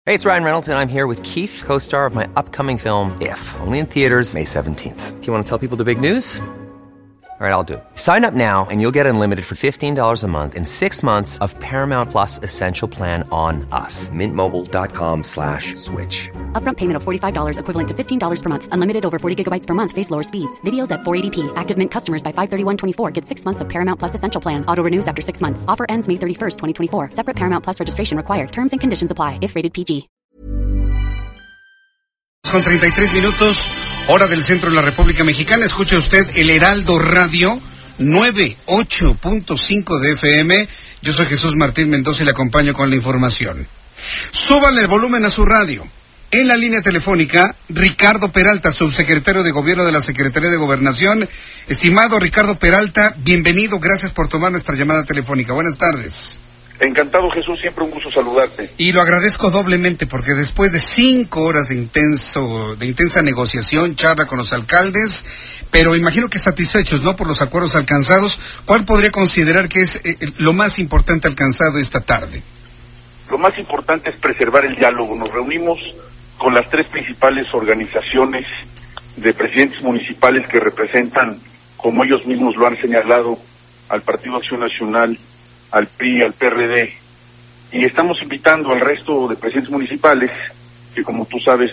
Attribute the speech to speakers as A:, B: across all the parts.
A: Hey, it's Ryan Reynolds, and I'm here with Keith, co-star of my upcoming film, If, only in theaters May 17th. Do you want to tell people the big news? All right, I'll do it. Sign up now and you'll get unlimited for $15 a month and 6 months of Paramount Plus Essential Plan on us. MintMobile.com/switch.
B: Upfront payment of $45 equivalent to $15 per month. Unlimited over 40 gigabytes per month. Face lower speeds. Videos at 480p. Active Mint customers by 531.24 get 6 months of Paramount Plus Essential Plan. Auto renews after 6 months. Offer ends May 31st, 2024. Separate Paramount Plus registration required. Terms and conditions apply if rated PG.
C: Con 33 minutos, hora del centro de la República Mexicana. Escucha usted el Heraldo Radio 98.5 de FM. Yo soy Jesús Martín Mendoza y le acompaño con la información. Súbanle el volumen a su radio. En la línea telefónica, Ricardo Peralta, subsecretario de Gobierno de la Secretaría de Gobernación. Estimado Ricardo Peralta, bienvenido, gracias por tomar nuestra llamada telefónica. Buenas tardes.
D: Encantado, Jesús, siempre un gusto saludarte.
C: Y lo agradezco doblemente porque después de 5 horas de intensa negociación, charla con los alcaldes, pero imagino que satisfechos, ¿no?, por los acuerdos alcanzados. ¿Cuál podría considerar que es lo más importante alcanzado esta tarde?
D: Lo más importante es preservar el diálogo. Nos reunimos con las 3 principales organizaciones de presidentes municipales que representan, como ellos mismos lo han señalado, al Partido Acción Nacional, al PRI, al PRD, y estamos invitando al resto de presidentes municipales, que como tú sabes,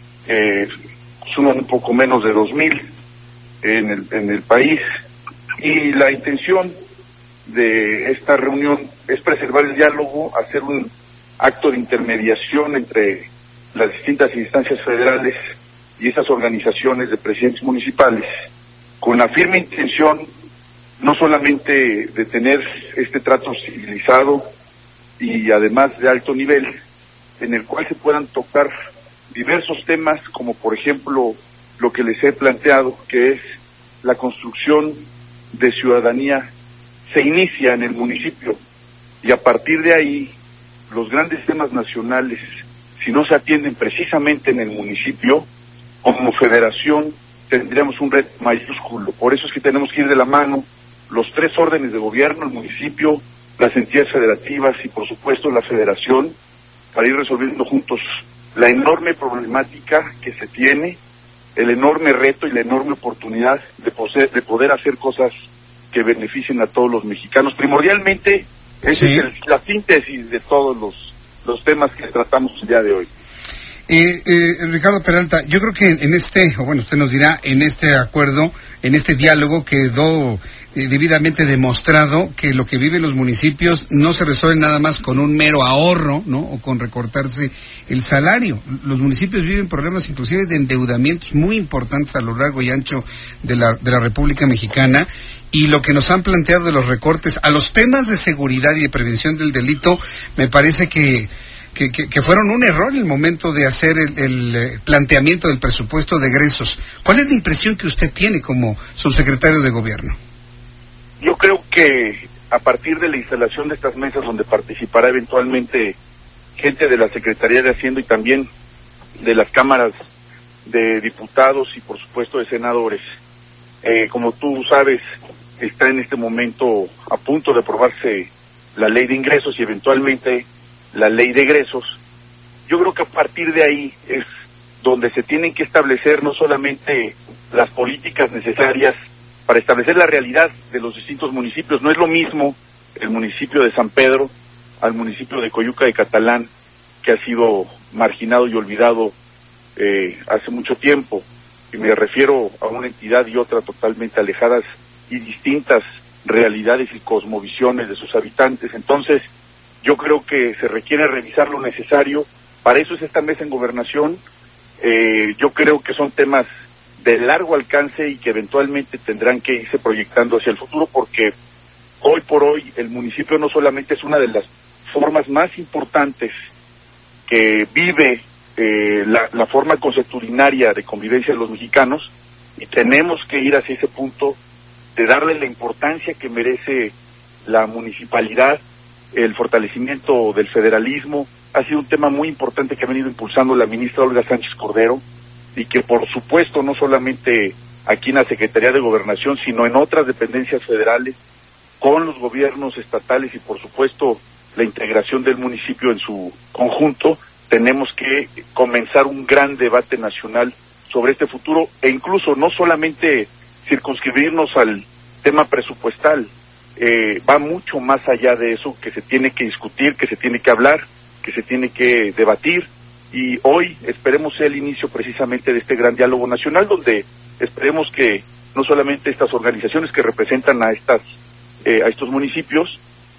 D: suman un poco menos de 2,000 en el país, y la intención de esta reunión es preservar el diálogo, hacer un acto de intermediación entre las distintas instancias federales y esas organizaciones de presidentes municipales, con la firme intención no solamente de tener este trato civilizado y además de alto nivel, en el cual se puedan tocar diversos temas, como por ejemplo lo que les he planteado, que es la construcción de ciudadanía, se inicia en el municipio, y a partir de ahí los grandes temas nacionales, si no se atienden precisamente en el municipio, como federación tendríamos un reto mayúsculo. Por eso es que tenemos que ir de la mano los 3 órdenes de gobierno, el municipio, las entidades federativas y por supuesto la federación, para ir resolviendo juntos la enorme problemática que se tiene, el enorme reto y la enorme oportunidad de poder hacer cosas que beneficien a todos los mexicanos. Primordialmente, esa es la síntesis de todos los temas que tratamos el día de hoy.
C: Ricardo Peralta, yo creo que usted nos dirá, en este acuerdo, en este diálogo quedó debidamente demostrado que lo que viven los municipios no se resuelve nada más con un mero ahorro, ¿no?, o con recortarse el salario. Los municipios viven problemas inclusive de endeudamientos muy importantes a lo largo y ancho de la República Mexicana, y lo que nos han planteado de los recortes a los temas de seguridad y de prevención del delito, me parece que fueron un error en el momento de hacer el planteamiento del presupuesto de egresos. ¿Cuál es la impresión que usted tiene como subsecretario de Gobierno?
D: Yo creo que a partir de la instalación de estas mesas, donde participará eventualmente gente de la Secretaría de Hacienda y también de las cámaras de diputados y por supuesto de senadores, como tú sabes, está en este momento a punto de aprobarse la ley de ingresos y eventualmente la ley de egresos. Yo creo que a partir de ahí es donde se tienen que establecer no solamente las políticas necesarias para establecer la realidad de los distintos municipios. No es lo mismo el municipio de San Pedro al municipio de Coyuca de Catalán, que ha sido marginado y olvidado hace mucho tiempo, y me refiero a una entidad y otra totalmente alejadas y distintas realidades y cosmovisiones de sus habitantes. Entonces, yo creo que se requiere revisar lo necesario. Para eso es esta mesa en gobernación. Yo creo que son temas de largo alcance y que eventualmente tendrán que irse proyectando hacia el futuro, porque hoy por hoy el municipio no solamente es una de las formas más importantes que vive la forma consuetudinaria de convivencia de los mexicanos, y tenemos que ir hacia ese punto de darle la importancia que merece la municipalidad. El fortalecimiento del federalismo ha sido un tema muy importante que ha venido impulsando la ministra Olga Sánchez Cordero, y que por supuesto no solamente aquí en la Secretaría de Gobernación, sino en otras dependencias federales, con los gobiernos estatales y por supuesto la integración del municipio en su conjunto, tenemos que comenzar un gran debate nacional sobre este futuro e incluso no solamente circunscribirnos al tema presupuestal, va mucho más allá de eso, que se tiene que discutir, que se tiene que hablar, que se tiene que debatir, y hoy esperemos sea el inicio precisamente de este gran diálogo nacional, donde esperemos que no solamente estas organizaciones que representan a estos municipios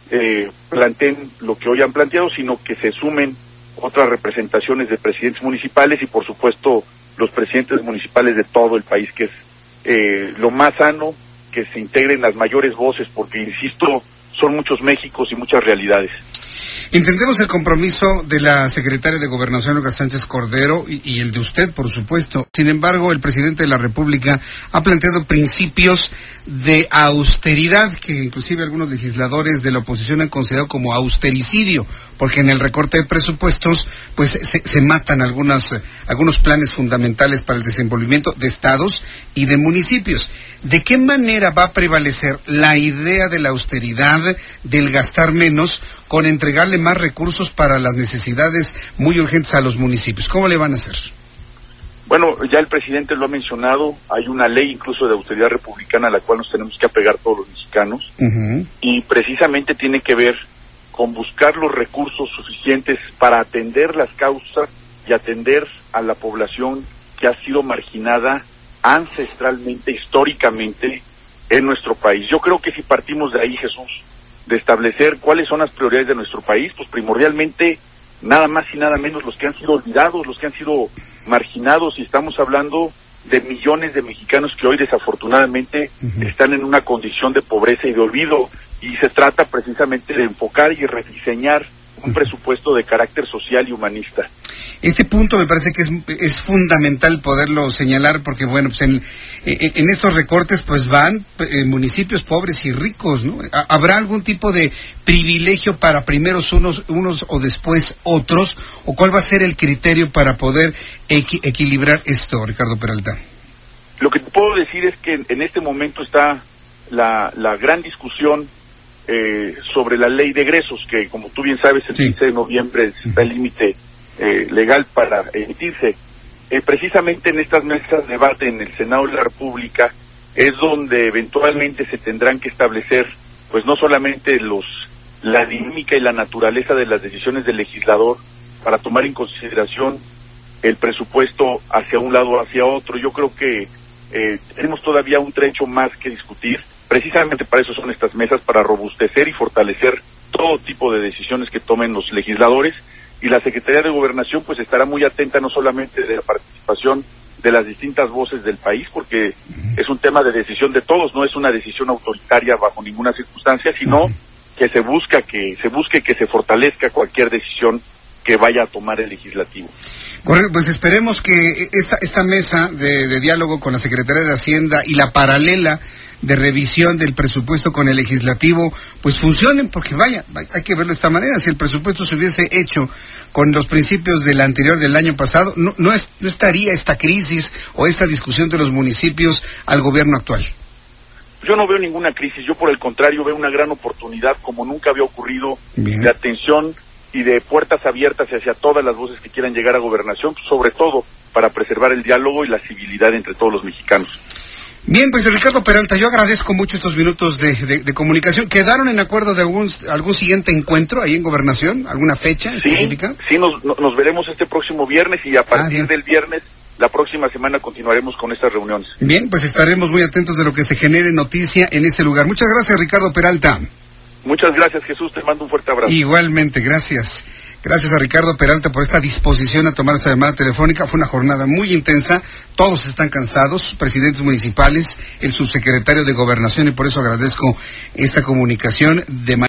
D: planteen lo que hoy han planteado, sino que se sumen otras representaciones de presidentes municipales y por supuesto los presidentes municipales de todo el país, que es lo más sano, que se integren las mayores voces, porque insisto, son muchos Méxicos y muchas realidades.
C: Entendemos el compromiso de la secretaria de Gobernación, Olga Sánchez Cordero, y el de usted, por supuesto. Sin embargo, el presidente de la República ha planteado principios de austeridad que inclusive algunos legisladores de la oposición han considerado como austericidio, porque en el recorte de presupuestos pues se matan algunos planes fundamentales para el desenvolvimiento de estados y de municipios. ¿De qué manera va a prevalecer la idea de la austeridad, del gastar menos, con entregarle más recursos para las necesidades muy urgentes a los municipios? ¿Cómo le van a hacer?
D: Bueno, ya el presidente lo ha mencionado, hay una ley incluso de austeridad republicana a la cual nos tenemos que apegar todos los mexicanos, y precisamente tiene que ver con buscar los recursos suficientes para atender las causas y atender a la población que ha sido marginada ancestralmente, históricamente, en nuestro país. Yo creo que si partimos de ahí, Jesús, de establecer cuáles son las prioridades de nuestro país, pues primordialmente nada más y nada menos los que han sido olvidados, los que han sido marginados, y estamos hablando de millones de mexicanos que hoy desafortunadamente están en una condición de pobreza y de olvido, y se trata precisamente de enfocar y rediseñar un presupuesto de carácter social y humanista.
C: Este punto me parece que es fundamental poderlo señalar, porque bueno, pues en estos recortes pues van municipios pobres y ricos, ¿no? ¿Habrá algún tipo de privilegio para primeros unos o después otros? ¿O cuál va a ser el criterio para poder equilibrar esto, Ricardo Peralta?
D: Lo que te puedo decir es que en este momento está la gran discusión sobre la ley de egresos, que como tú bien sabes, el 15 de noviembre está el límite legal para emitirse. Precisamente en estas mesas de debate en el Senado de la República es donde eventualmente se tendrán que establecer, pues no solamente la dinámica y la naturaleza de las decisiones del legislador para tomar en consideración el presupuesto hacia un lado o hacia otro. Yo creo que tenemos todavía un trecho más que discutir. Precisamente para eso son estas mesas, para robustecer y fortalecer todo tipo de decisiones que tomen los legisladores, y la Secretaría de Gobernación pues estará muy atenta no solamente de la participación de las distintas voces del país, porque es un tema de decisión de todos, no es una decisión autoritaria bajo ninguna circunstancia, sino que se busque que se fortalezca cualquier decisión que vaya a tomar el legislativo.
C: Correcto, pues esperemos que esta mesa de diálogo con la Secretaría de Hacienda y la paralela de revisión del presupuesto con el legislativo pues funcionen, porque vaya, hay que verlo de esta manera. Si el presupuesto se hubiese hecho con los principios del anterior, del año pasado, no estaría esta crisis o esta discusión de los municipios al gobierno actual.
D: Yo no veo ninguna crisis, yo por el contrario veo una gran oportunidad, como nunca había ocurrido, de atención y de puertas abiertas hacia todas las voces que quieran llegar a gobernación, sobre todo para preservar el diálogo y la civilidad entre todos los mexicanos.
C: Bien, pues Ricardo Peralta, yo agradezco mucho estos minutos de comunicación. ¿Quedaron en acuerdo de algún siguiente encuentro ahí en Gobernación? ¿Alguna fecha específica?
D: Sí, nos veremos este próximo viernes, y a partir del viernes, la próxima semana, continuaremos con estas reuniones. Bien,
C: pues estaremos muy atentos de lo que se genere noticia en este lugar. Muchas gracias, Ricardo Peralta.
D: Muchas gracias, Jesús, te mando un fuerte abrazo.
C: Igualmente, gracias. Gracias a Ricardo Peralta por esta disposición a tomar esta llamada telefónica. Fue una jornada muy intensa, todos están cansados, presidentes municipales, el subsecretario de Gobernación, y por eso agradezco esta comunicación de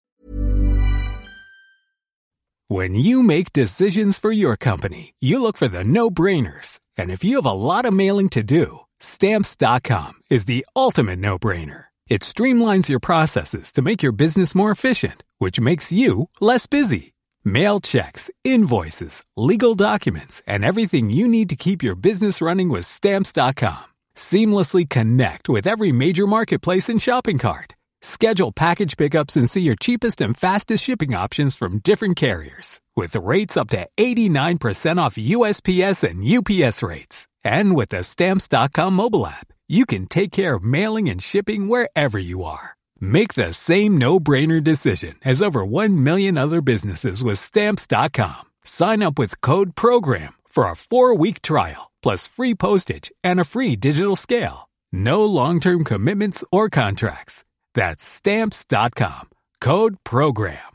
E: When you make decisions for your company, you look for the no-brainers. And if you have a lot of mailing to do, Stamps.com is the ultimate no-brainer. It streamlines your processes to make your business more efficient, which makes you less busy. Mail checks, invoices, legal documents, and everything you need to keep your business running with Stamps.com. Seamlessly connect with every major marketplace and shopping cart. Schedule package pickups and see your cheapest and fastest shipping options from different carriers, with rates up to 89% off USPS and UPS rates. And with the Stamps.com mobile app, you can take care of mailing and shipping wherever you are. Make the same no-brainer decision as over 1 million other businesses with Stamps.com. Sign up with code PROGRAM for a 4-week trial, plus free postage and a free digital scale. No long-term commitments or contracts. That's Stamps.com. Code PROGRAM.